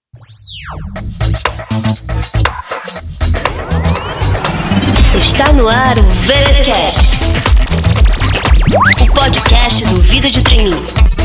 Está no ar o VTCast, o podcast do Vida de Trainee.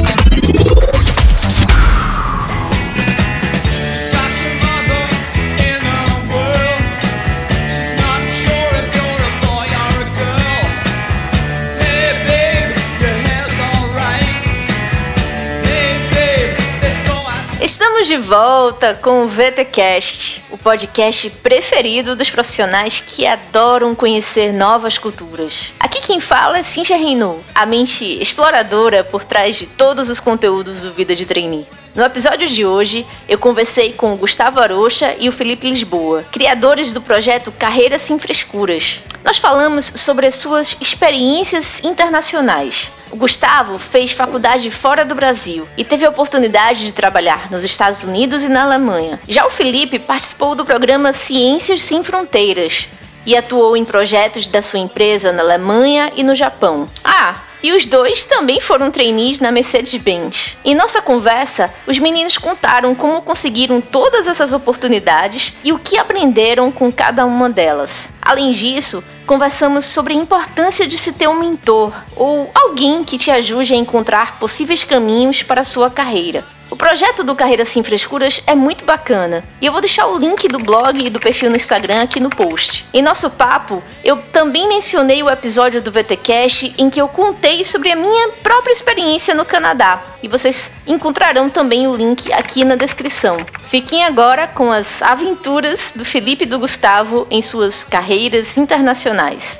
Estamos de volta com o VTCast, o podcast preferido dos profissionais que adoram conhecer novas culturas. Aqui quem fala é Cíntia Reinaud, a mente exploradora por trás de todos os conteúdos do Vida de Trainee. No episódio de hoje, eu conversei com o Gustavo Arocha e o Felipe Lisboa, criadores do projeto Carreira Sem Frescuras. Nós falamos sobre as suas experiências internacionais. O Gustavo fez faculdade fora do Brasil e teve a oportunidade de trabalhar nos Estados Unidos e na Alemanha. Já o Felipe participou do programa Ciências Sem Fronteiras e atuou em projetos da sua empresa na Alemanha e no Japão. E os dois também foram trainees na Mercedes-Benz. Em nossa conversa, os meninos contaram como conseguiram todas essas oportunidades e o que aprenderam com cada uma delas. Além disso, conversamos sobre a importância de se ter um mentor ou alguém que te ajude a encontrar possíveis caminhos para a sua carreira. O projeto do Carreira Sem Frescuras é muito bacana e eu vou deixar o link do blog e do perfil no Instagram aqui no post. Em nosso papo, eu também mencionei o episódio do VTCast em que eu contei sobre a minha própria experiência no Canadá e vocês encontrarão também o link aqui na descrição. Fiquem agora com as aventuras do Felipe e do Gustavo em suas carreiras internacionais.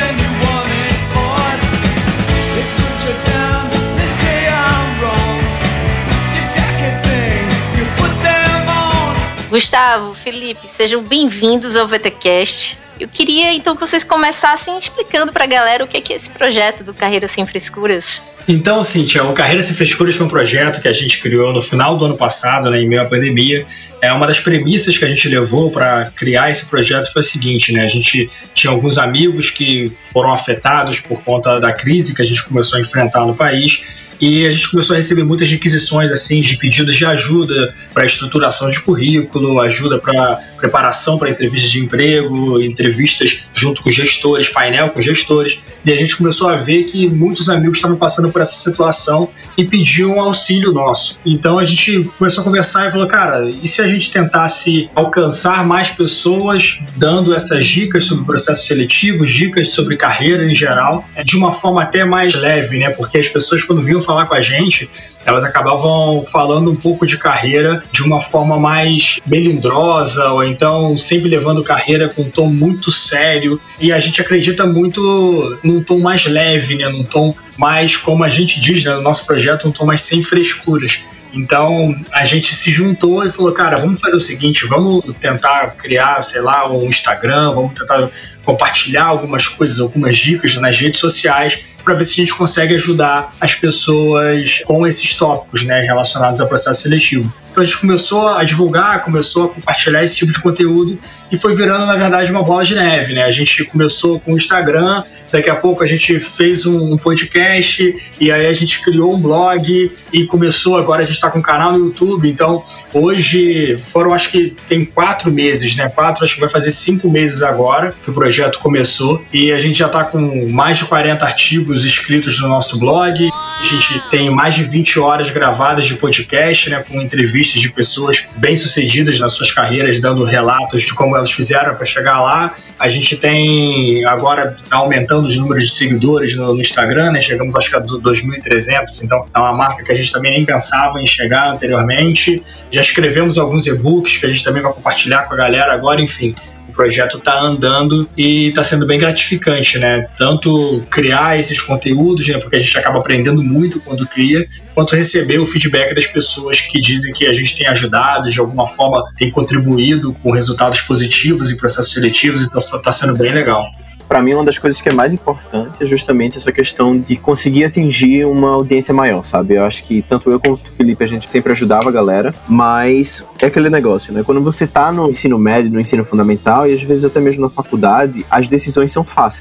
Gustavo, Felipe, sejam bem-vindos ao VTCast. Eu queria então que vocês começassem explicando pra galera o que é esse projeto do Carreira Sem Frescuras. Então, Cíntia, o Carreira Sem Frescuras foi um projeto que a gente criou no final do ano passado, em meio à pandemia. Uma das premissas que a gente levou para criar esse projeto foi a seguinte, A gente tinha alguns amigos que foram afetados por conta da crise que a gente começou a enfrentar no país. E a gente começou a receber muitas requisições de pedidos de ajuda para estruturação de currículo, ajuda para preparação para entrevistas de emprego, entrevistas junto com gestores, painel com gestores. E a gente começou a ver que muitos amigos estavam passando por essa situação e pediam auxílio nosso. Então a gente começou a conversar e falou, cara, e se a gente tentasse alcançar mais pessoas dando essas dicas sobre processo seletivo, dicas sobre carreira em geral, de uma forma até mais leve, Porque as pessoas quando vinham falar com a gente, elas acabavam falando um pouco de carreira de uma forma mais melindrosa ou então sempre levando carreira com um tom muito sério, e a gente acredita muito num tom mais leve, num tom mais, como a gente diz no nosso projeto, um tom mais sem frescuras. Então a gente se juntou e falou, cara, vamos fazer o seguinte, vamos tentar criar, um Instagram, vamos tentar compartilhar algumas coisas, algumas dicas nas redes sociais para ver se a gente consegue ajudar as pessoas com esses tópicos, relacionados ao processo seletivo. Então a gente começou a divulgar, começou a compartilhar esse tipo de conteúdo e foi virando, na verdade, uma bola de neve, A gente começou com o Instagram, daqui a pouco a gente fez um podcast e aí a gente criou um blog e começou, agora a gente está com um canal no YouTube. Então hoje foram, acho que tem 4 meses, 4, acho que vai fazer 5 meses agora que o projeto começou e a gente já está com mais de 40 artigos escritos no nosso blog. A gente tem mais de 20 horas gravadas de podcast, com entrevistas de pessoas bem-sucedidas nas suas carreiras, dando relatos de como elas fizeram para chegar lá. A gente tem agora aumentando os números de seguidores no Instagram, chegamos acho que a 2.300, então é uma marca que a gente também nem pensava em chegar anteriormente. Já escrevemos alguns e-books que a gente também vai compartilhar com a galera agora, enfim. O projeto está andando e está sendo bem gratificante, Tanto criar esses conteúdos, porque a gente acaba aprendendo muito quando cria, quanto receber o feedback das pessoas que dizem que a gente tem ajudado, de alguma forma tem contribuído com resultados positivos em processos seletivos, então está sendo bem legal. Para mim, uma das coisas que é mais importante é justamente essa questão de conseguir atingir uma audiência maior, sabe? Eu acho que tanto eu quanto o Felipe, a gente sempre ajudava a galera, mas é aquele negócio, Quando você tá no ensino médio, no ensino fundamental e às vezes até mesmo na faculdade, as decisões são fáceis.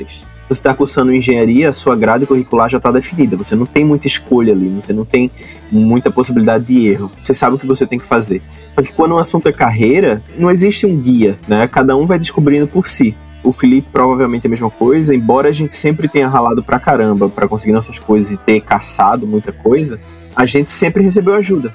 você está cursando engenharia, a sua grade curricular já está definida. Você não tem muita escolha ali, você não tem muita possibilidade de erro. Você sabe o que você tem que fazer. Só que quando o assunto é carreira, não existe um guia, né? Cada um vai descobrindo por si. O Felipe provavelmente é a mesma coisa, embora a gente sempre tenha ralado pra caramba pra conseguir nossas coisas e ter caçado muita coisa, a gente sempre recebeu ajuda.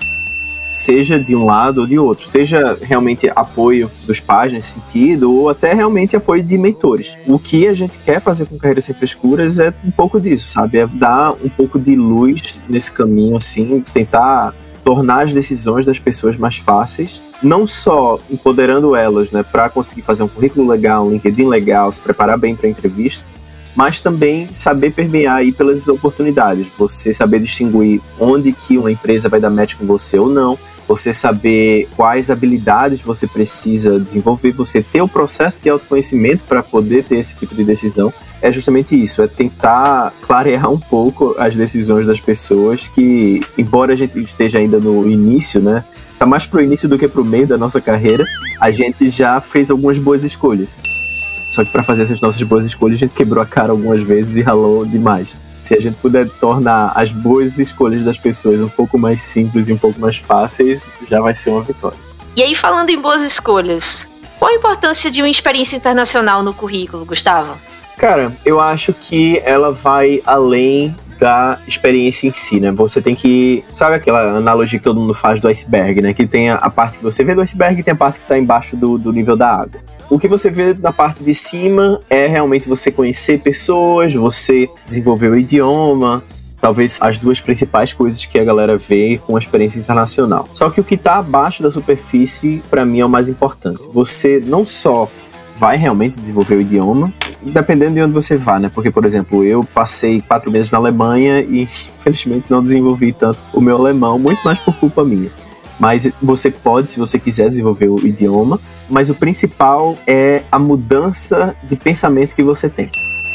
Seja de um lado ou de outro, seja realmente apoio dos pais nesse sentido, ou até realmente apoio de mentores. O que a gente quer fazer com Carreira Sem Frescuras é um pouco disso, sabe? É dar um pouco de luz nesse caminho, assim, tentar tornar as decisões das pessoas mais fáceis, não só empoderando elas, né, para conseguir fazer um currículo legal, um LinkedIn legal, se preparar bem para a entrevista, mas também saber permear aí pelas oportunidades, você saber distinguir onde que uma empresa vai dar match com você ou não, você saber quais habilidades você precisa desenvolver, você ter o processo de autoconhecimento para poder ter esse tipo de decisão. É justamente isso, é tentar clarear um pouco as decisões das pessoas que, embora a gente esteja ainda no início, né, tá mais pro início do que pro meio da nossa carreira, a gente já fez algumas boas escolhas. Só que para fazer essas nossas boas escolhas, a gente quebrou a cara algumas vezes e ralou demais. Se a gente puder tornar as boas escolhas das pessoas um pouco mais simples e um pouco mais fáceis, já vai ser uma vitória. E aí, falando em boas escolhas, qual a importância de uma experiência internacional no currículo, Gustavo? Cara, eu acho que ela vai além da experiência em si, né? Você tem que... Sabe aquela analogia que todo mundo faz do iceberg, né? Que tem a parte que você vê do iceberg e tem a parte que tá embaixo do nível da água. O que você vê na parte de cima é realmente você conhecer pessoas, você desenvolver o idioma, talvez as duas principais coisas que a galera vê com a experiência internacional. Só que o que tá abaixo da superfície, pra mim, é o mais importante. Você não só vai realmente desenvolver o idioma, dependendo de onde você vá, né? Porque, por exemplo, eu passei 4 meses na Alemanha e, infelizmente, não desenvolvi tanto o meu alemão, muito mais por culpa minha. Mas você pode, se você quiser, desenvolver o idioma, mas o principal é a mudança de pensamento que você tem.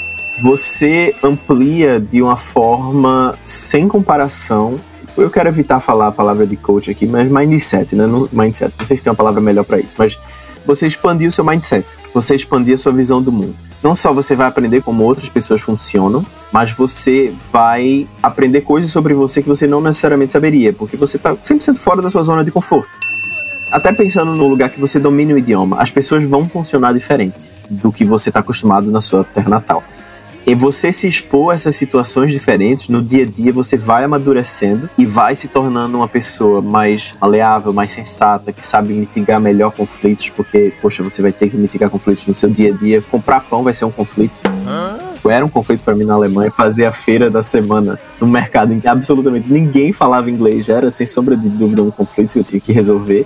Você amplia de uma forma sem comparação. Eu quero evitar falar a palavra de coach aqui, mas mindset, né? Mindset, não sei se tem uma palavra melhor para isso, mas você expandir o seu mindset, você expandir a sua visão do mundo. Não só você vai aprender como outras pessoas funcionam, mas você vai aprender coisas sobre você que você não necessariamente saberia, porque você está 100% fora da sua zona de conforto. Até pensando no lugar que você domine o idioma, as pessoas vão funcionar diferente do que você está acostumado na sua terra natal. E você se expor a essas situações diferentes, no dia a dia você vai amadurecendo e vai se tornando uma pessoa mais maleável, mais sensata, que sabe mitigar melhor conflitos, porque, poxa, você vai ter que mitigar conflitos no seu dia a dia. Comprar pão vai ser um conflito. Era um conflito para mim na Alemanha, fazer a feira da semana no mercado em que absolutamente ninguém falava inglês, já era sem sombra de dúvida um conflito que eu tive que resolver,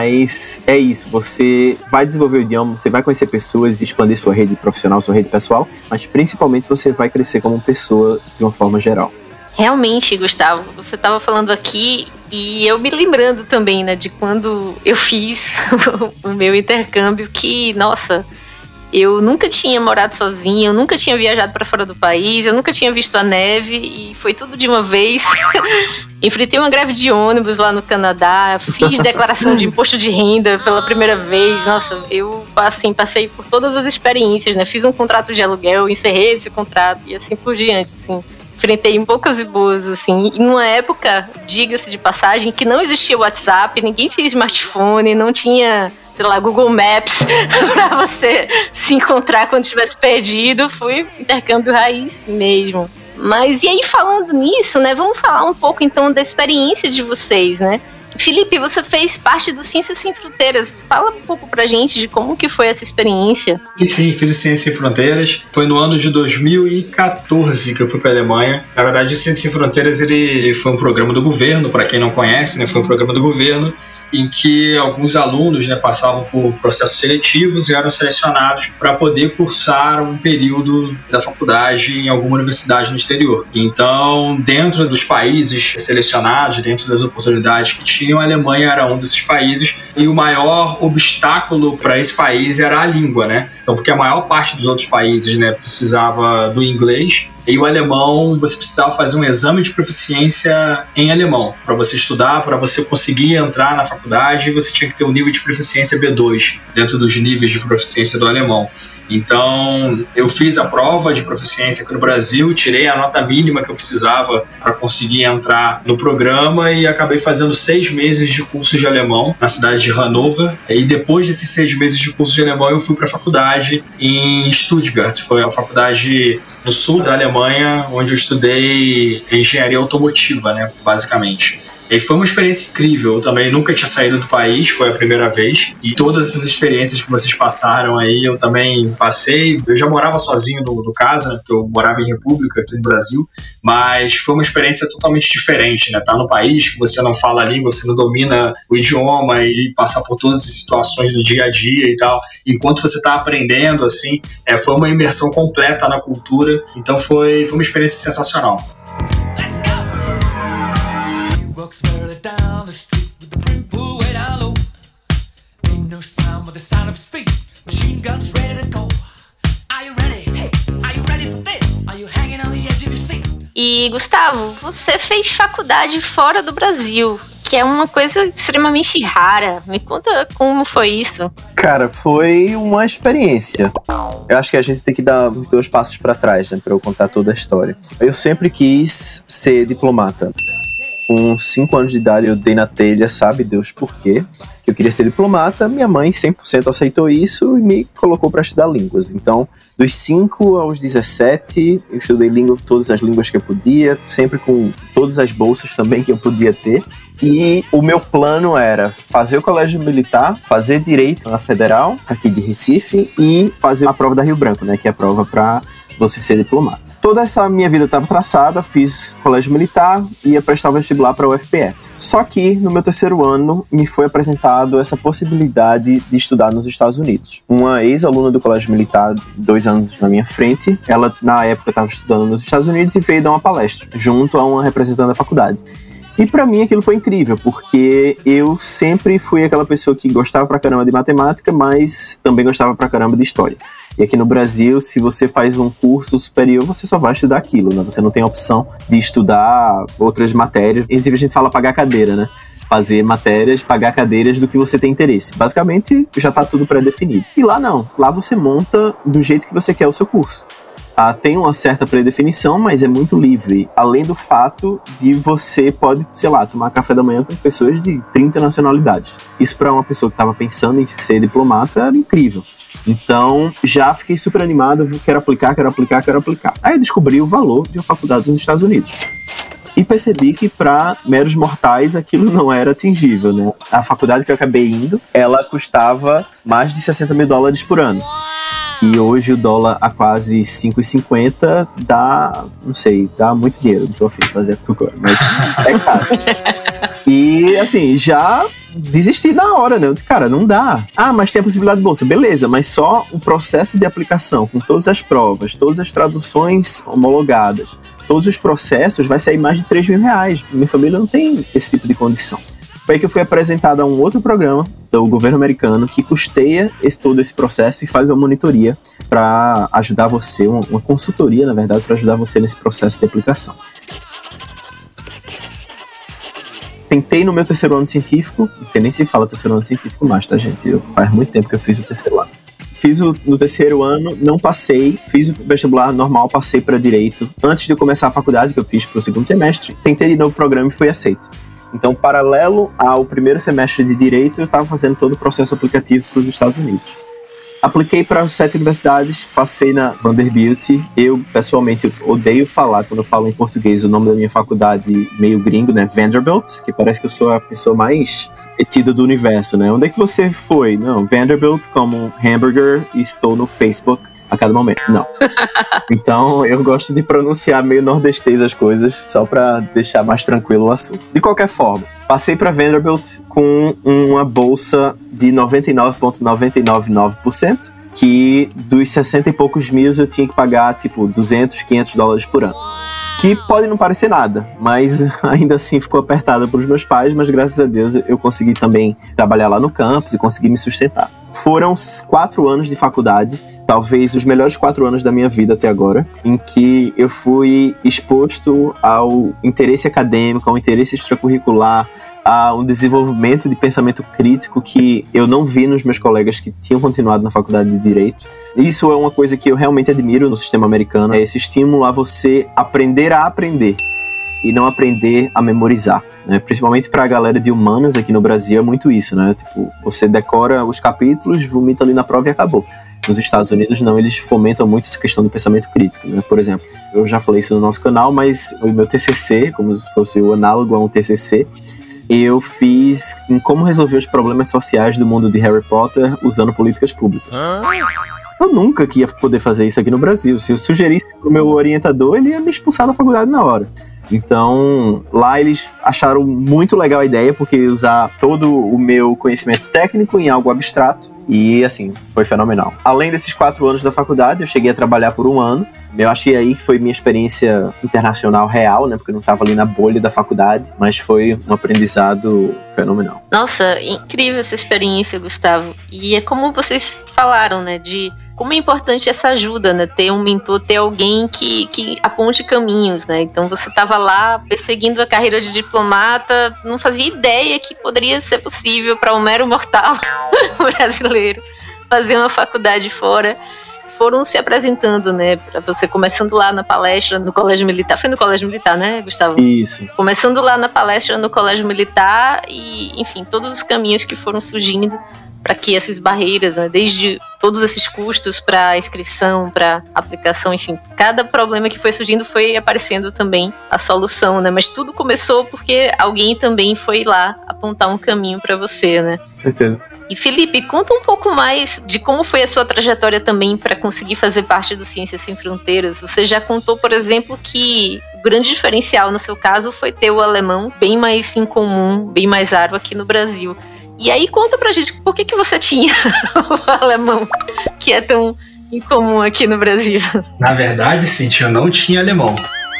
mas é isso, você vai desenvolver o idioma, você vai conhecer pessoas, expandir sua rede profissional, sua rede pessoal, mas principalmente você vai crescer como pessoa de uma forma geral. Realmente, Gustavo, você estava falando aqui e eu me lembrando também, né, de quando eu fiz o meu intercâmbio, que, nossa, eu nunca tinha morado sozinha, eu nunca tinha viajado para fora do país, eu nunca tinha visto a neve e foi tudo de uma vez. Enfrentei uma greve de ônibus lá no Canadá, fiz declaração de imposto de renda pela primeira vez. Nossa, eu assim, passei por todas as experiências, né? Fiz um contrato de aluguel, encerrei esse contrato e assim por diante, assim. Enfrentei poucas e boas, assim. E numa época, diga-se de passagem, que não existia WhatsApp, ninguém tinha smartphone, não tinha, sei lá, Google Maps pra você se encontrar quando estivesse perdido. Fui intercâmbio raiz mesmo. Mas e aí, falando nisso, né, vamos falar um pouco então da experiência de vocês, né? Felipe, você fez parte do Ciências Sem Fronteiras. Fala um pouco pra gente de como que foi essa experiência. Sim, fiz o Ciências Sem Fronteiras. Foi no ano de 2014 que eu fui pra Alemanha. Na verdade, o Ciências Sem Fronteiras ele foi um programa do governo, para quem não conhece, né, foi um programa do governo em que alguns alunos, né, passavam por processos seletivos e eram selecionados para poder cursar um período da faculdade em alguma universidade no exterior. Então, dentro dos países selecionados, dentro das oportunidades que tinham, a Alemanha era um desses países e o maior obstáculo para esse país era a língua, né? Então, porque a maior parte dos outros países, né, precisava do inglês, e o alemão, você precisava fazer um exame de proficiência em alemão. Para você estudar, para você conseguir entrar na faculdade, você tinha que ter um nível de proficiência B2 dentro dos níveis de proficiência do alemão. Então, eu fiz a prova de proficiência aqui no Brasil, tirei a nota mínima que eu precisava para conseguir entrar no programa e acabei fazendo 6 meses de curso de alemão na cidade de Hannover. E depois desses 6 meses de curso de alemão, eu fui para a faculdade em Stuttgart. Foi a faculdade no sul da Alemanha, onde eu estudei engenharia automotiva, né, basicamente. E foi uma experiência incrível. Eu também nunca tinha saído do país, foi a primeira vez. E todas essas experiências que vocês passaram aí, eu também passei. Eu já morava sozinho no caso, né? Porque eu morava em República, aqui no Brasil. Mas foi uma experiência totalmente diferente, né? Tá no país, que você não fala a língua, você não domina o idioma e passar por todas as situações do dia a dia e tal. Enquanto você tá aprendendo, assim, foi uma imersão completa na cultura. Então foi uma experiência sensacional. E, Gustavo, você fez faculdade fora do Brasil, que é uma coisa extremamente rara. Me conta como foi isso. Cara, foi uma experiência. Eu acho que a gente tem que dar uns 2 passos para trás, né, para eu contar toda a história. Eu sempre quis ser diplomata. Com 5 anos de idade eu dei na telha, sabe Deus por quê, que eu queria ser diplomata. Minha mãe 100% aceitou isso e me colocou para estudar línguas. Então, dos 5 aos 17, eu estudei todas as línguas que eu podia, sempre com todas as bolsas também que eu podia ter. E o meu plano era fazer o colégio militar, fazer direito na Federal, aqui de Recife, e fazer a prova da Rio Branco, né, que é a prova para você ser diplomata. Toda essa minha vida estava traçada, fiz colégio militar e ia prestar o vestibular para a UFPE. Só que no meu 3º ano me foi apresentado essa possibilidade de estudar nos Estados Unidos. Uma ex-aluna do colégio militar, 2 anos na minha frente, ela na época estava estudando nos Estados Unidos e veio dar uma palestra junto a uma representante da faculdade. E pra mim aquilo foi incrível, porque eu sempre fui aquela pessoa que gostava pra caramba de matemática, mas também gostava pra caramba de história. E aqui no Brasil, se você faz um curso superior, você só vai estudar aquilo, né? Você não tem a opção de estudar outras matérias. Inclusive a gente fala pagar cadeira, né? Fazer matérias, pagar cadeiras do que você tem interesse. Basicamente, já tá tudo pré-definido. E lá não. Lá você monta do jeito que você quer o seu curso. Tem uma certa predefinição, mas é muito livre. Além do fato de você pode, sei lá, tomar café da manhã com pessoas de 30 nacionalidades. Isso para uma pessoa que estava pensando em ser diplomata era incrível. Então, já fiquei super animado, quero aplicar. Aí eu descobri o valor de uma faculdade nos Estados Unidos. E percebi que para meros mortais aquilo não era atingível, né? A faculdade que eu acabei indo, ela custava mais de $60 mil por ano. E hoje o dólar a quase 5,50 dá, não sei, dá muito dinheiro. Não tô afim de fazer agora, mas é caro. E assim, já desisti na hora, né? Eu disse, cara, não dá. Mas tem a possibilidade de bolsa. Beleza, mas só o processo de aplicação, com todas as provas, todas as traduções homologadas, todos os processos, vai sair mais de R$3 mil. Minha família não tem esse tipo de condição. Foi aí que eu fui apresentado a um outro programa do governo americano que custeia todo esse processo e faz uma monitoria para ajudar você, uma consultoria, na verdade, para ajudar você nesse processo de aplicação. Tentei no meu 3º ano científico, não sei nem se fala 3º ano científico mais, tá, gente? Faz muito tempo que eu fiz o 3º ano. Fiz no 3º ano, não passei, fiz o vestibular normal, passei para direito. Antes de eu começar a faculdade, que eu fiz para o 2º semestre, tentei de novo o programa e fui aceito. Então, paralelo ao 1º semestre de Direito, eu estava fazendo todo o processo aplicativo para os Estados Unidos. Apliquei para 7 universidades, passei na Vanderbilt. Eu, pessoalmente, odeio falar, quando eu falo em português, o nome da minha faculdade meio gringo, né? Vanderbilt, que parece que eu sou a pessoa mais metida do universo, né? Onde é que você foi? Não, Vanderbilt como hambúrguer e estou no Facebook a cada momento. Não. Então, eu gosto de pronunciar meio nordestês as coisas, só para deixar mais tranquilo o assunto. De qualquer forma, passei para Vanderbilt com uma bolsa de 99,999%, que dos 60 e poucos mil eu tinha que pagar, tipo, $200, $500 por ano. Que pode não parecer nada, mas ainda assim ficou apertada para os meus pais, mas graças a Deus eu consegui também trabalhar lá no campus e consegui me sustentar. foram 4 anos de faculdade, talvez os melhores 4 anos da minha vida até agora, em que eu fui exposto ao interesse acadêmico, ao interesse extracurricular, a um desenvolvimento de pensamento crítico que eu não vi nos meus colegas que tinham continuado na faculdade de Direito. Isso é uma coisa que eu realmente admiro no sistema americano, é esse estímulo a você aprender a aprender e não aprender a memorizar, né? Principalmente para a galera de humanas aqui no Brasil é muito isso, né? Tipo, você decora os capítulos, vomita ali na prova e acabou. Nos Estados Unidos não, eles fomentam muito essa questão do pensamento crítico, né? Por exemplo, eu já falei isso no nosso canal, mas o meu TCC, como se fosse o análogo a um TCC, eu fiz em como resolver os problemas sociais do mundo de Harry Potter usando políticas públicas. Eu nunca ia poder fazer isso aqui no Brasil. Se eu sugerisse pro meu orientador, ele ia me expulsar da faculdade na hora. Então, lá eles acharam muito legal a ideia, porque usar todo o meu conhecimento técnico em algo abstrato. E, assim, foi fenomenal. Além desses 4 anos da faculdade, eu cheguei a trabalhar por 1 ano. Eu acho que aí foi minha experiência internacional real, né? Porque eu não estava ali na bolha da faculdade. Mas foi um aprendizado fenomenal. Nossa, incrível essa experiência, Gustavo. E é como vocês falaram, né? De como é importante essa ajuda, né? Ter um mentor, ter alguém que aponte caminhos, né? Então você estava lá perseguindo a carreira de diplomata, não fazia ideia que poderia ser possível para um mero mortal brasileiro fazer uma faculdade fora. Foram se apresentando, né? Para você começando lá na palestra no Colégio Militar. Foi no Colégio Militar, né, Gustavo? Isso. Começando lá na palestra no Colégio Militar e, enfim, todos os caminhos que foram surgindo para que essas barreiras, né, desde todos esses custos para inscrição, para aplicação, enfim, cada problema que foi surgindo foi aparecendo também a solução, né? Mas tudo começou porque alguém também foi lá apontar um caminho para você, né? Certeza. E Felipe, conta um pouco mais de como foi a sua trajetória também para conseguir fazer parte do Ciências Sem Fronteiras. Você já contou, por exemplo, que o grande diferencial no seu caso foi ter o alemão bem mais incomum, bem mais árduo aqui no Brasil. E aí conta pra gente por que você tinha o alemão que é tão incomum aqui no Brasil. Na verdade, Cintia, eu não tinha alemão.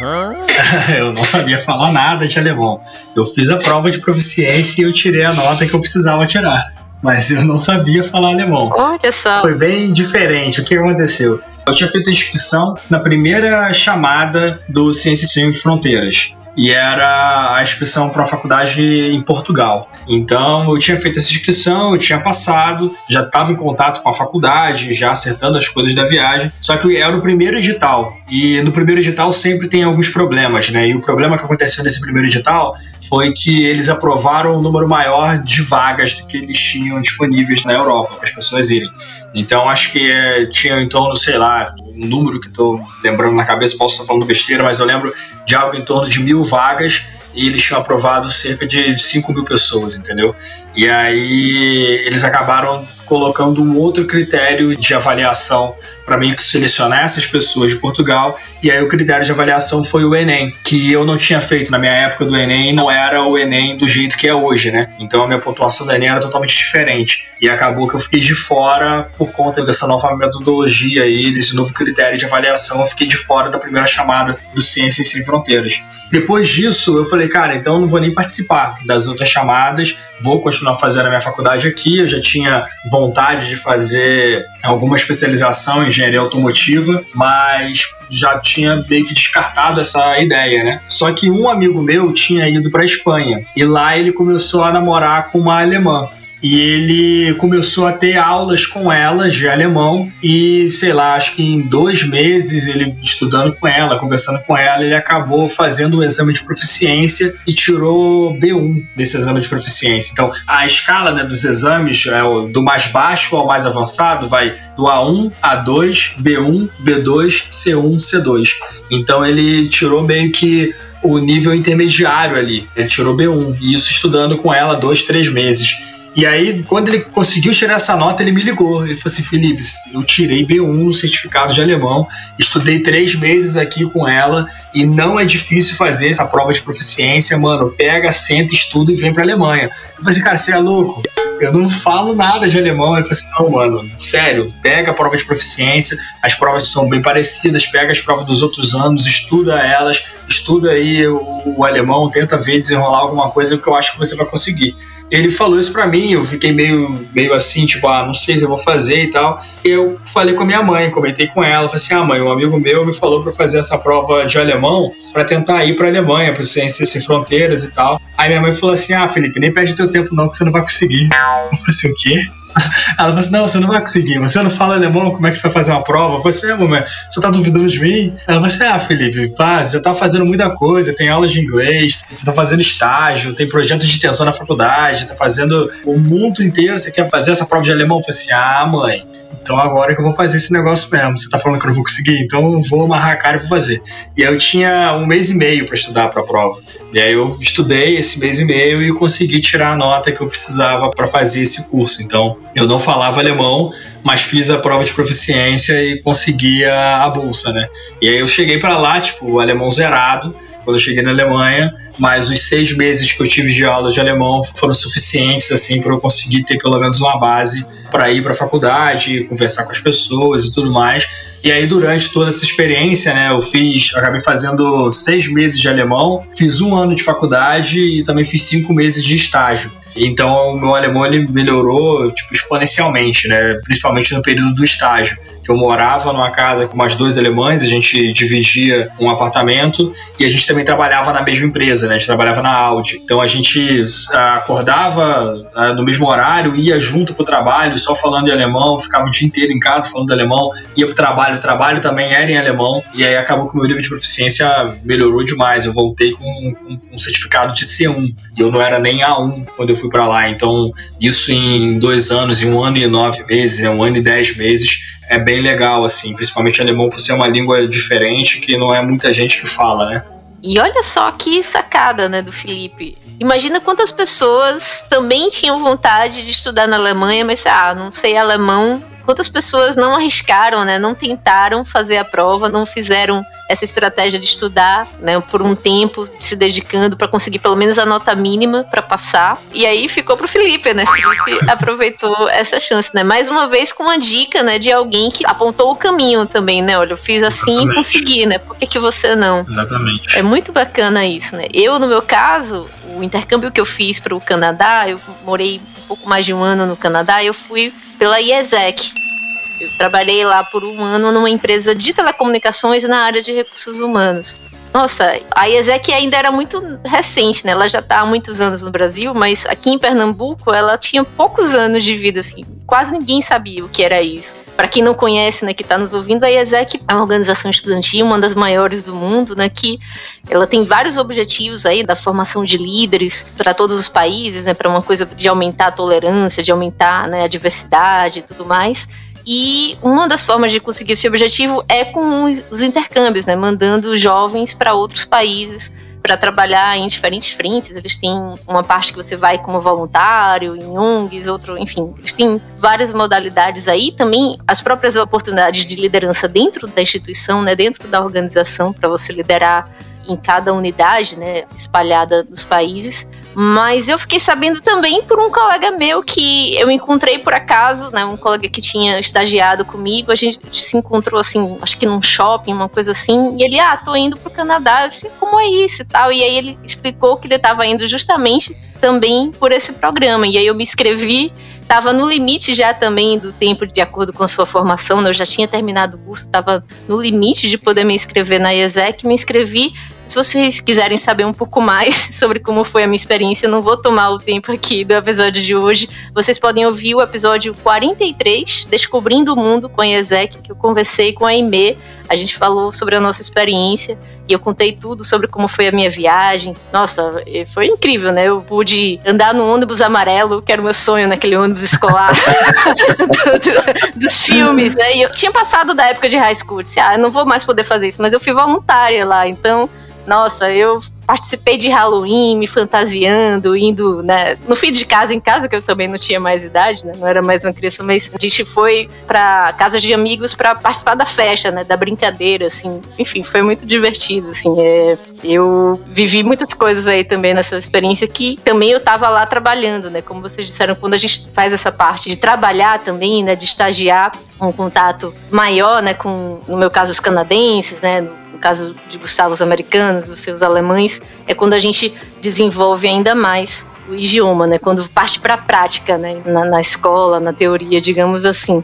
Eu não sabia falar nada de alemão. Eu fiz a prova de proficiência e eu tirei a nota que eu precisava tirar. Mas eu não sabia falar alemão. Olha só. Foi bem diferente. O que aconteceu? Eu tinha feito a inscrição na primeira chamada do Ciências Sem Fronteiras. E era a inscrição para uma faculdade em Portugal. Então eu tinha feito essa inscrição, eu tinha passado, já estava em contato com a faculdade, já acertando as coisas da viagem. Só que era o primeiro edital. E no primeiro edital sempre tem alguns problemas, né? E o problema que aconteceu nesse primeiro edital foi que eles aprovaram um número maior de vagas do que eles tinham disponíveis na Europa para as pessoas irem. Então acho que tinha em torno, sei lá, um número que estou lembrando na cabeça, posso estar falando besteira, mas eu lembro de algo em torno de 1.000 vagas e eles tinham aprovado cerca de 5.000 pessoas, entendeu? E aí eles acabaram colocando um outro critério de avaliação para meio que selecionar essas pessoas de Portugal, e aí o critério de avaliação foi o Enem, que eu não tinha feito na minha época do Enem, não era o Enem do jeito que é hoje, né? Então a minha pontuação do Enem era totalmente diferente, e acabou que eu fiquei de fora por conta dessa nova metodologia aí, desse novo critério de avaliação, eu fiquei de fora da primeira chamada do Ciências Sem Fronteiras. Depois disso, eu falei, cara, então eu não vou nem participar das outras chamadas, vou continuar fazendo a minha faculdade aqui, eu já tinha vontade de fazer alguma especialização em engenharia automotiva, mas já tinha meio que descartado essa ideia, né? Só que um amigo meu tinha ido para a Espanha e lá ele começou a namorar com uma alemã. E ele começou a ter aulas com ela de alemão e, sei lá, acho que em 2 meses, ele estudando com ela, conversando com ela, ele acabou fazendo o exame de proficiência e tirou B1 nesse exame de proficiência. Então, a escala, né, dos exames, do mais baixo ao mais avançado, vai do A1, A2, B1, B2, C1, C2. Então, ele tirou meio que o nível intermediário ali. Ele tirou B1, e isso estudando com ela 2, 3 meses. E aí, quando ele conseguiu tirar essa nota, ele me ligou. Ele falou assim, Felipe, eu tirei B1 no certificado de alemão, estudei 3 meses aqui com ela e não é difícil fazer essa prova de proficiência, mano. Pega, senta, estuda e vem pra Alemanha. Eu falei assim, cara, você é louco? Eu não falo nada de alemão. Ele falou assim, não, mano, sério, pega a prova de proficiência, as provas são bem parecidas, pega as provas dos outros anos, estuda elas, estuda aí o alemão, tenta ver, desenrolar alguma coisa que eu acho que você vai conseguir. ele falou isso pra mim, eu fiquei meio assim, tipo, não sei se eu vou fazer e tal. Eu falei com a minha mãe, comentei com ela, falei assim, mãe, um amigo meu me falou pra eu fazer essa prova de alemão pra tentar ir pra Alemanha, pra Ciências Sem Fronteiras e tal. Aí minha mãe falou assim, Felipe, nem perde teu tempo não, que você não vai conseguir. Eu falei assim, o quê? Ela falou assim, não, você não vai conseguir, você não fala alemão, como é que você vai fazer uma prova? Eu falei assim, mamãe, você tá duvidando de mim? Ela falou assim, Felipe, pá, você tá fazendo muita coisa, tem aulas de inglês, você tá fazendo estágio, tem projeto de extensão na faculdade, tá fazendo o mundo inteiro, você quer fazer essa prova de alemão? Eu falei assim, mãe, então agora que eu vou fazer esse negócio mesmo, você tá falando que eu não vou conseguir, então eu vou amarrar a cara e vou fazer. E aí eu tinha 1 mês e meio pra estudar pra prova, e aí eu estudei esse mês e meio e consegui tirar a nota que eu precisava pra fazer esse curso. Então eu não falava alemão, mas fiz a prova de proficiência e consegui a bolsa, né? E aí eu cheguei pra lá, tipo, o alemão zerado, quando eu cheguei na Alemanha, mas os 6 meses que eu tive de aula de alemão foram suficientes, assim, para eu conseguir ter pelo menos uma base para ir para a faculdade, conversar com as pessoas e tudo mais. E aí, durante toda essa experiência, né, acabei fazendo 6 meses de alemão, fiz 1 ano de faculdade e também fiz 5 meses de estágio. Então, o meu alemão ele melhorou tipo, exponencialmente, né? Principalmente no período do estágio. Que eu morava numa casa com mais 2 alemães, a gente dividia um apartamento e a gente também trabalhava na mesma empresa, né? A gente trabalhava na Audi. Então, a gente acordava no mesmo horário, ia junto pro trabalho, só falando em alemão, ficava o dia inteiro em casa falando alemão, ia pro trabalho, o trabalho também era em alemão, e aí acabou que o meu nível de proficiência melhorou demais. Eu voltei com um certificado de C1, e eu não era nem A1 quando eu fui para lá. Então, isso em 2 anos, em 1 ano e 9 meses, 1 ano e 10 meses, é bem legal, assim, principalmente alemão por ser uma língua diferente que não é muita gente que fala, né? E olha só que sacada, né, do Felipe. Imagina quantas pessoas também tinham vontade de estudar na Alemanha, mas não sei alemão. Quantas pessoas não arriscaram, né, não tentaram fazer a prova, não fizeram essa estratégia de estudar, né, por um tempo, se dedicando para conseguir pelo menos a nota mínima para passar. E aí ficou pro Felipe, né? Felipe aproveitou essa chance, né? Mais uma vez com uma dica, né, de alguém que apontou o caminho também, né? Olha, eu fiz assim e consegui, né? Por que você não? Exatamente. É muito bacana isso, né? Eu, no meu caso, o intercâmbio que eu fiz para o Canadá, eu morei um pouco mais de 1 ano no Canadá, eu fui pela IESEC. Eu trabalhei lá por 1 ano numa empresa de telecomunicações na área de recursos humanos. Nossa, a IESEC ainda era muito recente, né? Ela já está há muitos anos no Brasil, mas aqui em Pernambuco ela tinha poucos anos de vida, assim. Quase ninguém sabia o que era isso. Para quem não conhece, né, que está nos ouvindo, a IESEC é uma organização estudantil, uma das maiores do mundo, né, que ela tem vários objetivos aí da formação de líderes para todos os países, né, para uma coisa de aumentar a tolerância, de aumentar, né, a diversidade e tudo mais. E uma das formas de conseguir esse objetivo é com os intercâmbios, né? Mandando jovens para outros países para trabalhar em diferentes frentes. Eles têm uma parte que você vai como voluntário, em ONGs, enfim, eles têm várias modalidades aí. Também as próprias oportunidades de liderança dentro da instituição, né? Dentro da organização, para você liderar em cada unidade, né? Espalhada nos países. Mas eu fiquei sabendo também por um colega meu que eu encontrei por acaso, né, um colega que tinha estagiado comigo, a gente se encontrou assim, acho que num shopping, uma coisa assim, e ele, tô indo pro Canadá, eu disse, como é isso e tal, e aí ele explicou que ele estava indo justamente também por esse programa, e aí eu me inscrevi, estava no limite já também do tempo de acordo com a sua formação, né, eu já tinha terminado o curso, estava no limite de poder me inscrever na IESEC, me inscrevi. Se vocês quiserem saber um pouco mais sobre como foi a minha experiência, eu não vou tomar o tempo aqui do episódio de hoje. Vocês podem ouvir o episódio 43, Descobrindo o Mundo com a IESEC, que eu conversei com a Aimee. A gente falou sobre a nossa experiência e eu contei tudo sobre como foi a minha viagem. Nossa, foi incrível, né? Eu pude andar no ônibus amarelo, que era o meu sonho naquele ônibus escolar dos filmes, né? E eu tinha passado da época de high school, disse, eu não vou mais poder fazer isso, mas eu fui voluntária lá, então... Nossa, eu participei de Halloween, me fantasiando, indo, né? Não fui de casa em casa, que eu também não tinha mais idade, né? Não era mais uma criança, mas a gente foi pra casa de amigos pra participar da festa, né? Da brincadeira, assim. Enfim, foi muito divertido, assim. Eu vivi muitas coisas aí também nessa experiência que também eu tava lá trabalhando, né? Como vocês disseram, quando a gente faz essa parte de trabalhar também, né? De estagiar, um contato maior, né? Com, no meu caso, os canadenses, né? No caso de Gustavo, os americanos, os seus alemães, é quando a gente desenvolve ainda mais o idioma, né? Quando parte para a prática, né? Na escola, na teoria, digamos assim.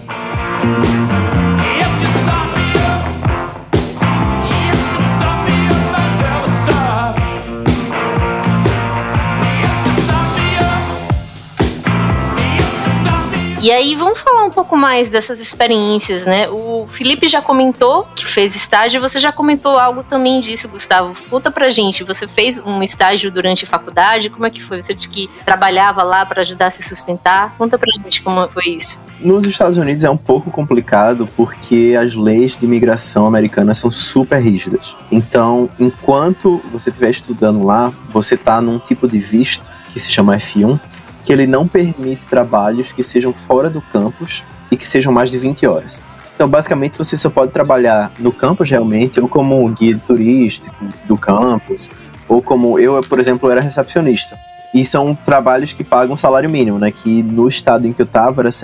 E aí, vamos falar um pouco mais dessas experiências, né? O Felipe já comentou que fez estágio, você já comentou algo também disso, Gustavo. Conta pra gente, você fez um estágio durante a faculdade? Como é que foi? Você disse que trabalhava lá para ajudar a se sustentar. Conta pra gente como foi isso. Nos Estados Unidos é um pouco complicado porque as leis de imigração americanas são super rígidas. Então, enquanto você estiver estudando lá, você tá num tipo de visto que se chama F1, que ele não permite trabalhos que sejam fora do campus e que sejam mais de 20 horas. Então, basicamente, você só pode trabalhar no campus realmente, ou como guia turístico do campus, ou como eu, por exemplo, era recepcionista. E são trabalhos que pagam salário mínimo, né? Que no estado em que eu estava era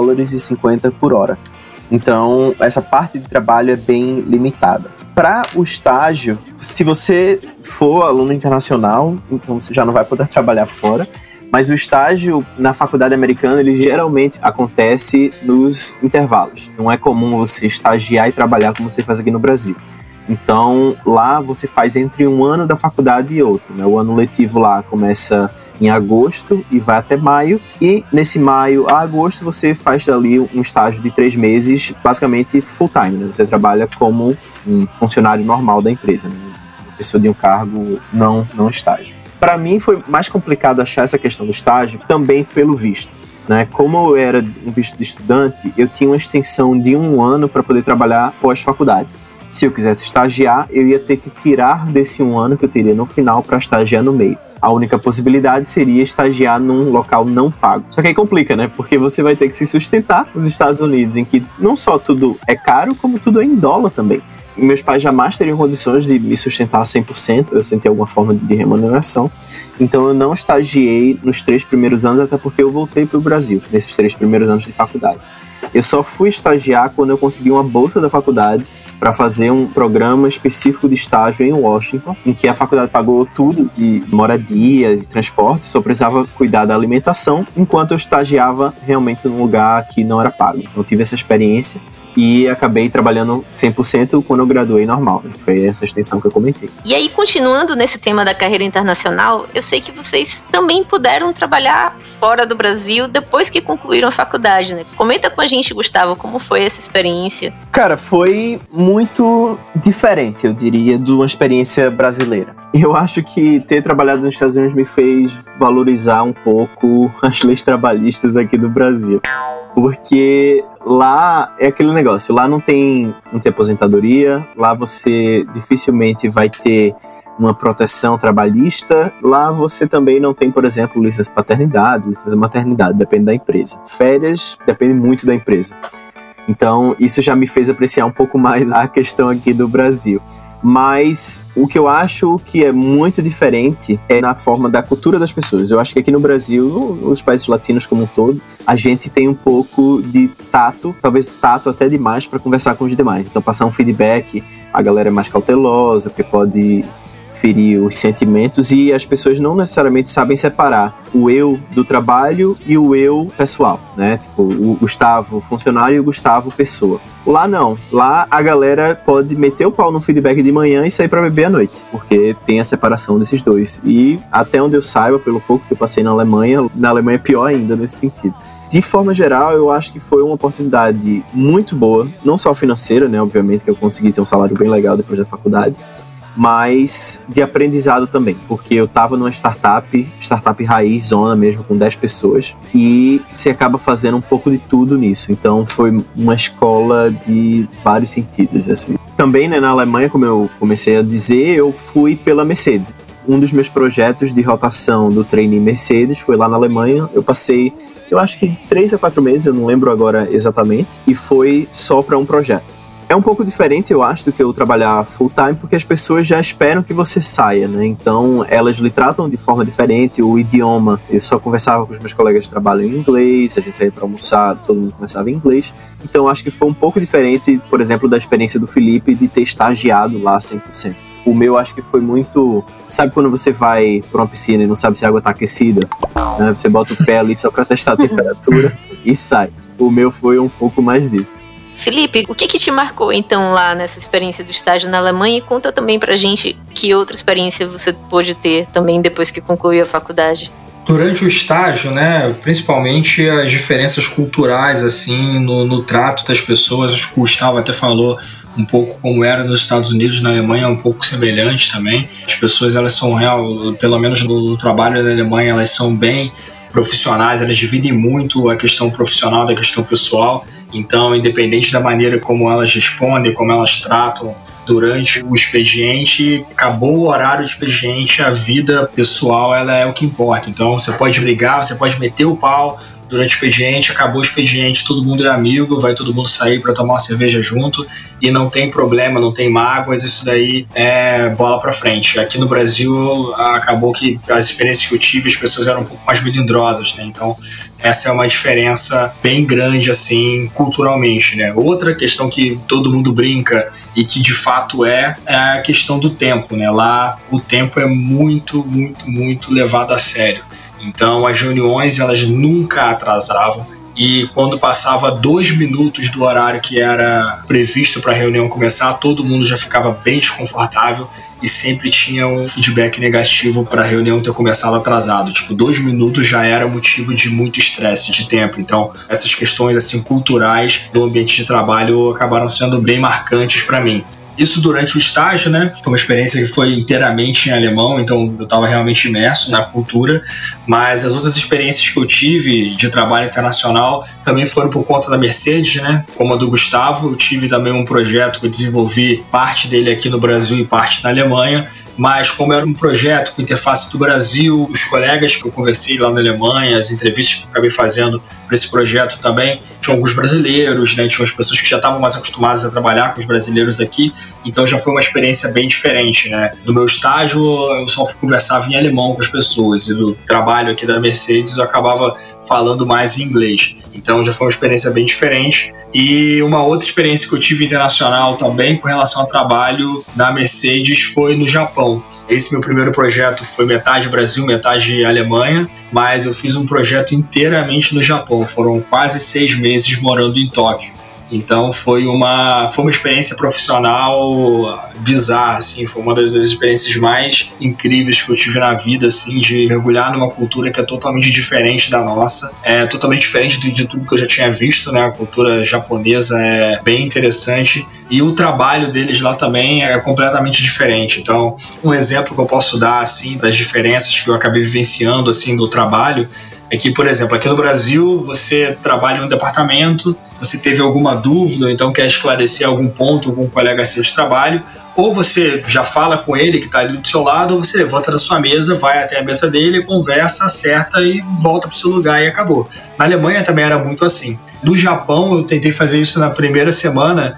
$7,50 por hora. Então, essa parte de trabalho é bem limitada. Para o estágio, se você for aluno internacional, então você já não vai poder trabalhar fora. Mas o estágio na faculdade americana, ele geralmente acontece nos intervalos. Não é comum você estagiar e trabalhar como você faz aqui no Brasil. Então, lá você faz entre um ano da faculdade e outro, né? O ano letivo lá começa em agosto e vai até maio. E nesse maio a agosto você faz ali um estágio de 3 meses, basicamente full time, né? Você trabalha como um funcionário normal da empresa, né? Uma pessoa de um cargo, não estágio. Para mim foi mais complicado achar essa questão do estágio também pelo visto, né? Como eu era um visto de estudante, eu tinha uma extensão de 1 ano para poder trabalhar pós-faculdade. Se eu quisesse estagiar, eu ia ter que tirar desse 1 ano que eu teria no final para estagiar no meio. A única possibilidade seria estagiar num local não pago. Só que aí complica, né? Porque você vai ter que se sustentar nos Estados Unidos, em que não só tudo é caro, como tudo é em dólar também. Meus pais jamais teriam condições de me sustentar 100%, eu senti alguma forma de remuneração. Então eu não estagiei nos 3 primeiros anos, até porque eu voltei para o Brasil, nesses 3 primeiros anos de faculdade. Eu só fui estagiar quando eu consegui uma bolsa da faculdade para fazer um programa específico de estágio em Washington, em que a faculdade pagou tudo de moradia, de transporte, só precisava cuidar da alimentação, enquanto eu estagiava realmente num lugar que não era pago. Então eu tive essa experiência e acabei trabalhando 100% quando eu graduei normal, né? Foi essa extensão que eu comentei. E aí, continuando nesse tema da carreira internacional, eu sei que vocês também puderam trabalhar fora do Brasil depois que concluíram a faculdade, né? Comenta com a gente, Gustavo, como foi essa experiência? Cara, foi muito diferente, eu diria, de uma experiência brasileira. Eu acho que ter trabalhado nos Estados Unidos me fez valorizar um pouco as leis trabalhistas aqui do Brasil. Porque lá é aquele negócio, lá não tem aposentadoria, lá você dificilmente vai ter uma proteção trabalhista, lá você também não tem, por exemplo, licença paternidade, licença maternidade, depende da empresa. Férias, depende muito da empresa. Então, isso já me fez apreciar um pouco mais a questão aqui do Brasil. Mas o que eu acho que é muito diferente é na forma da cultura das pessoas. Eu acho que aqui no Brasil, nos países latinos como um todo, a gente tem um pouco de tato, talvez tato até demais para conversar com os demais. Então, passar um feedback, a galera é mais cautelosa, porque pode ferir os sentimentos, e as pessoas não necessariamente sabem separar o eu do trabalho e o eu pessoal, né? Tipo, o Gustavo funcionário e o Gustavo pessoa. Lá não. Lá a galera pode meter o pau no feedback de manhã e sair pra beber à noite, porque tem a separação desses dois. E até onde eu saiba, pelo pouco que eu passei na Alemanha é pior ainda nesse sentido. De forma geral, eu acho que foi uma oportunidade muito boa, não só financeira, né? Obviamente que eu consegui ter um salário bem legal depois da faculdade, mas de aprendizado também, porque eu tava numa startup raiz, zona mesmo, com 10 pessoas, e você acaba fazendo um pouco de tudo nisso. Então foi uma escola de vários sentidos, assim. Também, né, na Alemanha, como eu comecei a dizer, eu fui pela Mercedes. Um dos meus projetos de rotação do trainee Mercedes foi lá na Alemanha. Eu passei, eu acho que de 3 a 4 meses, eu não lembro agora exatamente, e foi só para um projeto. É um pouco diferente, eu acho, do que eu trabalhar full time, porque as pessoas já esperam que você saia, né? Então, elas lhe tratam de forma diferente. O idioma, eu só conversava com os meus colegas de trabalho em inglês, a gente saía para almoçar, todo mundo conversava em inglês. Então, acho que foi um pouco diferente, por exemplo, da experiência do Felipe de ter estagiado lá 100%. O meu acho que foi muito... Sabe quando você vai pra uma piscina e não sabe se a água tá aquecida? Né? Você bota o pé ali só pra testar a temperatura e sai. O meu foi um pouco mais disso. Felipe, o que te marcou então lá nessa experiência do estágio na Alemanha? E conta também pra gente que outra experiência você pôde ter também depois que concluiu a faculdade. Durante o estágio, né, principalmente as diferenças culturais, assim, no trato das pessoas. Acho que o Gustavo até falou um pouco como era nos Estados Unidos, na Alemanha é um pouco semelhante também. As pessoas, elas são pelo menos no trabalho da Alemanha, elas são bem profissionais, elas dividem muito a questão profissional da questão pessoal. Então, independente da maneira como elas respondem, como elas tratam durante o expediente, acabou o horário do expediente, a vida pessoal ela é o que importa. Então, você pode brigar, você pode meter o pau durante o expediente, acabou o expediente, todo mundo é amigo, vai todo mundo sair para tomar uma cerveja junto e não tem problema, não tem mágoas, isso daí é bola para frente. Aqui no Brasil, acabou que as experiências que eu tive, as pessoas eram um pouco mais melindrosas, né? Então, essa é uma diferença bem grande, assim, culturalmente, né? Outra questão que todo mundo brinca e que de fato é a questão do tempo, né? Lá o tempo é muito, muito, muito levado a sério. Então as reuniões elas nunca atrasavam e quando passava 2 minutos do horário que era previsto para a reunião começar, todo mundo já ficava bem desconfortável e sempre tinha um feedback negativo para a reunião ter começado atrasado. Tipo, 2 minutos já era motivo de muito estresse de tempo. Então essas questões assim culturais do ambiente de trabalho acabaram sendo bem marcantes para mim. Isso durante o estágio, né? Foi uma experiência que foi inteiramente em alemão, então eu estava realmente imerso na cultura, mas as outras experiências que eu tive de trabalho internacional também foram por conta da Mercedes, né? Como a do Gustavo, eu tive também um projeto que eu desenvolvi parte dele aqui no Brasil e parte na Alemanha, mas como era um projeto com interface do Brasil, os colegas que eu conversei lá na Alemanha, as entrevistas que eu acabei fazendo para esse projeto também, tinha alguns brasileiros, né? Tinha as pessoas que já estavam mais acostumadas a trabalhar com os brasileiros aqui, então já foi uma experiência bem diferente, né? Do meu estágio, eu só conversava em alemão com as pessoas, e do trabalho aqui da Mercedes eu acabava falando mais em inglês. Então já foi uma experiência bem diferente. E uma outra experiência que eu tive internacional também com relação ao trabalho da Mercedes foi no Japão. Esse meu primeiro projeto foi metade Brasil, metade Alemanha, mas eu fiz um projeto inteiramente no Japão. Foram quase 6 meses morando em Tóquio. Então foi uma experiência profissional bizarra, assim, foi uma das experiências mais incríveis que eu tive na vida, assim, de mergulhar numa cultura que é totalmente diferente da nossa, é totalmente diferente de tudo que eu já tinha visto, né? A cultura japonesa é bem interessante e o trabalho deles lá também é completamente diferente. Então, um exemplo que eu posso dar, assim, das diferenças que eu acabei vivenciando, assim, do trabalho é que, por exemplo, aqui no Brasil você trabalha em um departamento, você teve alguma dúvida, ou então quer esclarecer algum ponto com um colega seu de trabalho, ou você já fala com ele que está ali do seu lado, ou você levanta da sua mesa, vai até a mesa dele, conversa, acerta e volta para o seu lugar e acabou. Na Alemanha também era muito assim. No Japão eu tentei fazer isso na primeira semana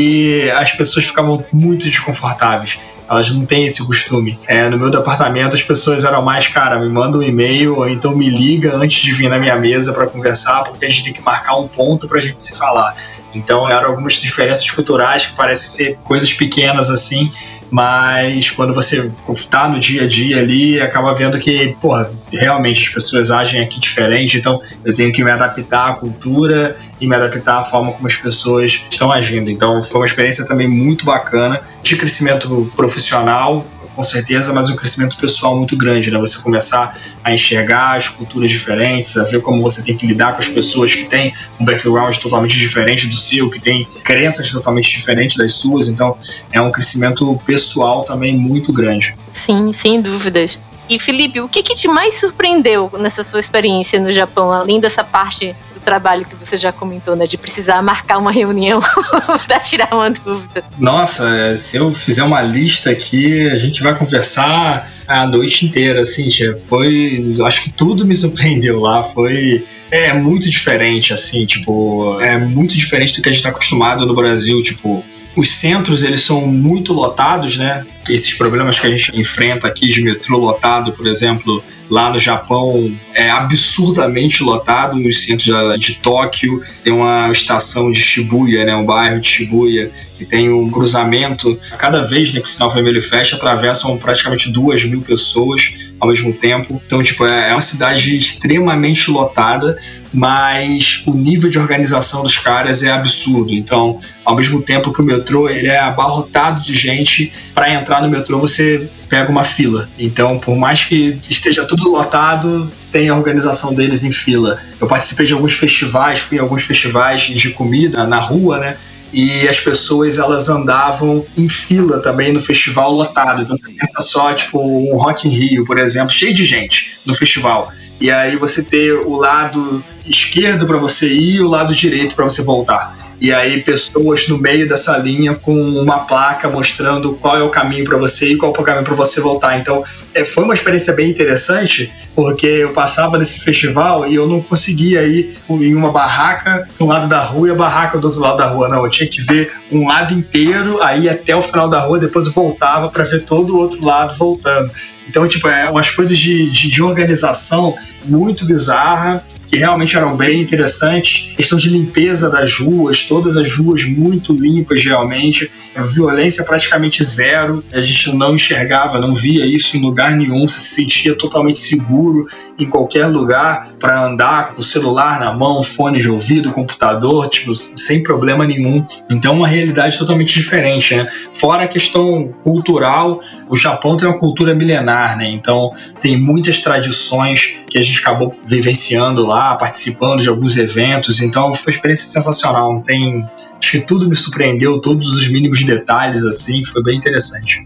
e as pessoas ficavam muito desconfortáveis. Elas não têm esse costume. No meu departamento as pessoas eram mais, cara, me manda um e-mail ou então me liga antes de vir na minha mesa para conversar, porque a gente tem que marcar um ponto para a gente se falar. Então eram algumas diferenças culturais que parecem ser coisas pequenas assim, mas quando você está no dia a dia ali, acaba vendo que, realmente as pessoas agem aqui diferente, então eu tenho que me adaptar à cultura e me adaptar à forma como as pessoas estão agindo. Então foi uma experiência também muito bacana de crescimento profissional, com certeza, mas um crescimento pessoal muito grande, né? Você começar a enxergar as culturas diferentes, a ver como você tem que lidar com as pessoas que têm um background totalmente diferente do seu, que têm crenças totalmente diferentes das suas, então é um crescimento pessoal também muito grande. Sim, sem dúvidas. E Felipe, o que te mais surpreendeu nessa sua experiência no Japão, além dessa parte do trabalho que você já comentou, né, de precisar marcar uma reunião para tirar uma dúvida? Nossa, se eu fizer uma lista aqui, a gente vai conversar a noite inteira, assim, eu acho que tudo me surpreendeu lá, muito diferente, assim, é muito diferente do que a gente tá acostumado no Brasil, Os centros, eles são muito lotados, né? Esses problemas que a gente enfrenta aqui de metrô lotado, por exemplo, lá no Japão é absurdamente lotado. Nos centros de Tóquio tem uma estação de Shibuya, né? Um bairro de Shibuya que tem um cruzamento. A cada vez, né, que o sinal vermelho fecha, atravessam praticamente 2.000 pessoas ao mesmo tempo. Então, tipo, é uma cidade extremamente lotada, mas o nível de organização dos caras é absurdo. Então, ao mesmo tempo que o metrô ele é abarrotado de gente, para entrar no metrô você pega uma fila. Então, por mais que esteja tudo lotado, tem a organização deles em fila. Eu participei de alguns festivais, fui em alguns festivais de comida na rua, né? E as pessoas, elas andavam em fila também no festival lotado. Então você pensa só, tipo, um Rock in Rio, por exemplo, cheio de gente no festival. E aí você ter o lado esquerdo para você ir e o lado direito para você voltar. E aí pessoas no meio dessa linha com uma placa mostrando qual é o caminho para você ir e qual é o caminho para você voltar. Então foi uma experiência bem interessante, porque eu passava nesse festival e eu não conseguia ir em uma barraca de um lado da rua e a barraca do outro lado da rua. Não, eu tinha que ver um lado inteiro, aí até o final da rua, depois eu voltava para ver todo o outro lado voltando. Então, tipo, umas coisas de organização muito bizarra, que realmente eram bem interessantes. Questão de limpeza das ruas, todas as ruas muito limpas realmente, a violência praticamente zero, a gente não enxergava, não via isso em lugar nenhum, você se sentia totalmente seguro em qualquer lugar para andar com o celular na mão, fone de ouvido, computador, tipo, sem problema nenhum. Então, uma realidade totalmente diferente, né? Fora a questão cultural, o Japão tem uma cultura milenar, né? Então tem muitas tradições que a gente acabou vivenciando lá, participando de alguns eventos. Então foi uma experiência sensacional. Acho que tudo me surpreendeu, todos os mínimos detalhes, assim, foi bem interessante.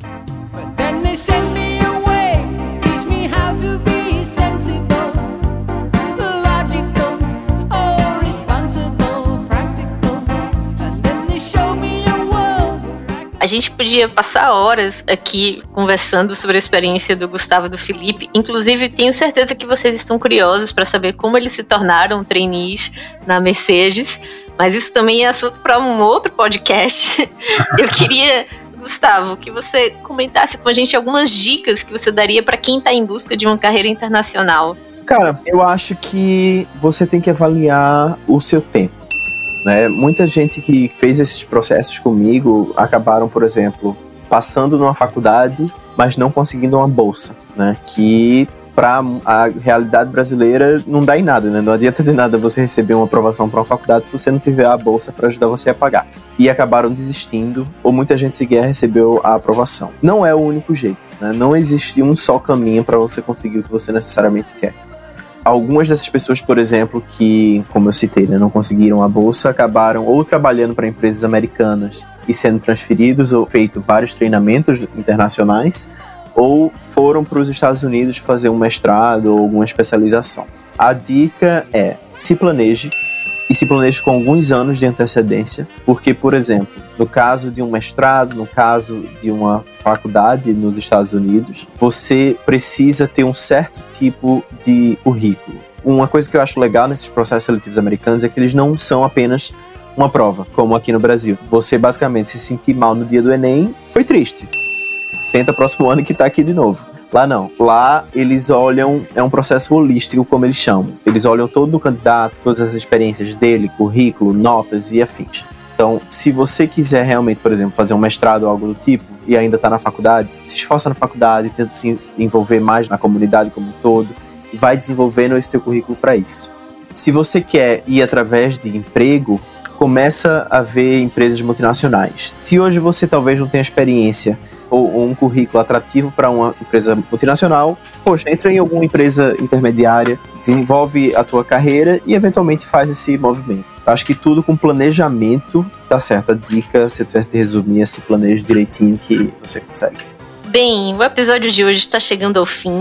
A gente podia passar horas aqui conversando sobre a experiência do Gustavo e do Felipe. Inclusive, tenho certeza que vocês estão curiosos para saber como eles se tornaram trainees na Mercedes. Mas isso também é assunto para um outro podcast. Eu queria, Gustavo, que você comentasse com a gente algumas dicas que você daria para quem está em busca de uma carreira internacional. Cara, eu acho que você tem que avaliar o seu tempo. Né? Muita gente que fez esses processos comigo acabaram, por exemplo, passando numa faculdade, mas não conseguindo uma bolsa, né? Que para a realidade brasileira não dá em nada, né? Não adianta de nada você receber uma aprovação para uma faculdade se você não tiver a bolsa para ajudar você a pagar. E acabaram desistindo, ou muita gente sequer recebeu a aprovação. Não é o único jeito, né? Não existe um só caminho para você conseguir o que você necessariamente quer. Algumas dessas pessoas, por exemplo, que, como eu citei, né, não conseguiram a bolsa, acabaram ou trabalhando para empresas americanas e sendo transferidos ou feito vários treinamentos internacionais, ou foram para os Estados Unidos fazer um mestrado ou alguma especialização. A dica é: se planeje, e se planeje com alguns anos de antecedência, porque, por exemplo, no caso de um mestrado, no caso de uma faculdade nos Estados Unidos, você precisa ter um certo tipo de currículo. Uma coisa que eu acho legal nesses processos seletivos americanos é que eles não são apenas uma prova, como aqui no Brasil. Você basicamente se sentir mal no dia do Enem, foi triste. Tenta próximo ano que tá aqui de novo. Lá não. Lá eles olham, é um processo holístico, como eles chamam. Eles olham todo o candidato, todas as experiências dele, currículo, notas e afins. Então, se você quiser realmente, por exemplo, fazer um mestrado ou algo do tipo, e ainda está na faculdade, se esforça na faculdade, tenta se envolver mais na comunidade como um todo, e vai desenvolvendo esse seu currículo para isso. Se você quer ir através de emprego, começa a ver empresas multinacionais. Se hoje você talvez não tenha experiência ou um currículo atrativo para uma empresa multinacional, poxa, entra em alguma empresa intermediária, desenvolve a tua carreira e eventualmente faz esse movimento. Eu acho que tudo com planejamento tá certo. A dica, se eu tivesse de resumir, é se planeje direitinho que você consegue. Bem, o episódio de hoje está chegando ao fim.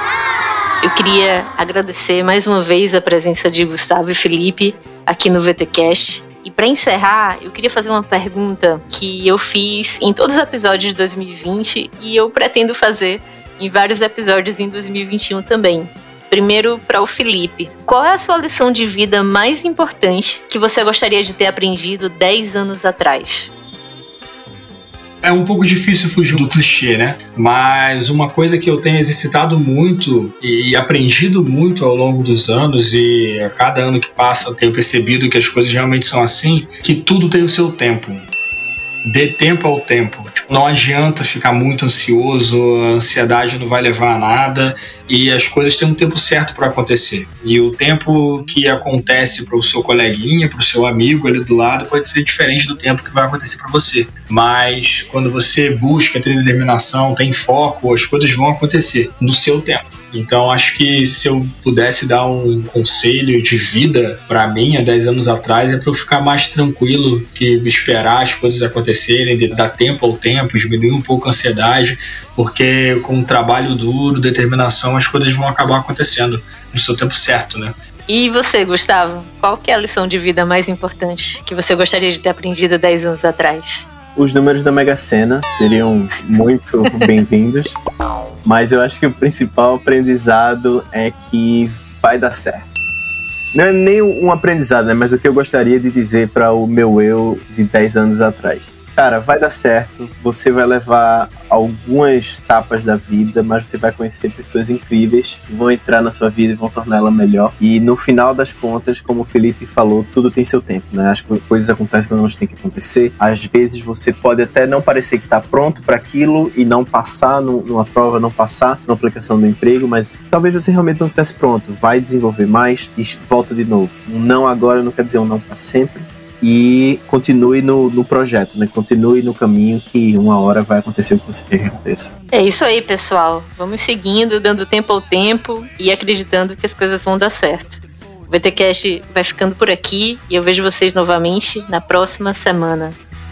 Eu queria agradecer mais uma vez a presença de Gustavo e Felipe aqui no VTcast. E para encerrar, eu queria fazer uma pergunta que eu fiz em todos os episódios de 2020 e eu pretendo fazer em vários episódios em 2021 também. Primeiro, para o Felipe. Qual é a sua lição de vida mais importante que você gostaria de ter aprendido 10 anos atrás? É um pouco difícil fugir do clichê, né? Mas uma coisa que eu tenho exercitado muito e aprendido muito ao longo dos anos, e a cada ano que passa eu tenho percebido que as coisas realmente são assim, que tudo tem o seu tempo. Dê tempo ao tempo. Não adianta ficar muito ansioso, a ansiedade não vai levar a nada e as coisas têm um tempo certo para acontecer. E o tempo que acontece para o seu coleguinha, para o seu amigo ali do lado, pode ser diferente do tempo que vai acontecer para você. Mas quando você busca ter determinação, tem foco, as coisas vão acontecer no seu tempo. Então acho que se eu pudesse dar um conselho de vida para mim há 10 anos atrás, é para eu ficar mais tranquilo, que esperar as coisas acontecerem, de dar tempo ao tempo, diminuir um pouco a ansiedade, porque com um trabalho duro, determinação, as coisas vão acabar acontecendo no seu tempo certo, né? E você, Gustavo? Qual que é a lição de vida mais importante que você gostaria de ter aprendido 10 anos atrás? Os números da Mega Sena seriam muito bem-vindos, mas eu acho que o principal aprendizado é que vai dar certo. Não é nem um aprendizado, né? Mas o que eu gostaria de dizer para o meu eu de 10 anos atrás. Cara, vai dar certo, você vai levar algumas etapas da vida, mas você vai conhecer pessoas incríveis que vão entrar na sua vida e vão torná-la melhor. E no final das contas, como o Felipe falou, tudo tem seu tempo, né? As coisas acontecem quando elas têm que acontecer. Às vezes você pode até não parecer que está pronto para aquilo e não passar numa prova, não passar numa aplicação do emprego, mas talvez você realmente não estivesse pronto. Vai desenvolver mais e volta de novo. Um não agora não quer dizer um não para sempre. E continue no projeto, né? Continue no caminho que uma hora vai acontecer o que você quer que aconteça. É isso aí, pessoal. Vamos seguindo, dando tempo ao tempo e acreditando que as coisas vão dar certo. O VTcast vai ficando por aqui e eu vejo vocês novamente na próxima semana.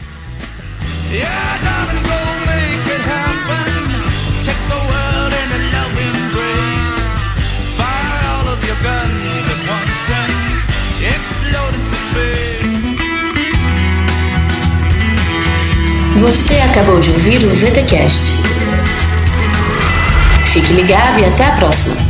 Você acabou de ouvir o VTcast. Fique ligado e até a próxima.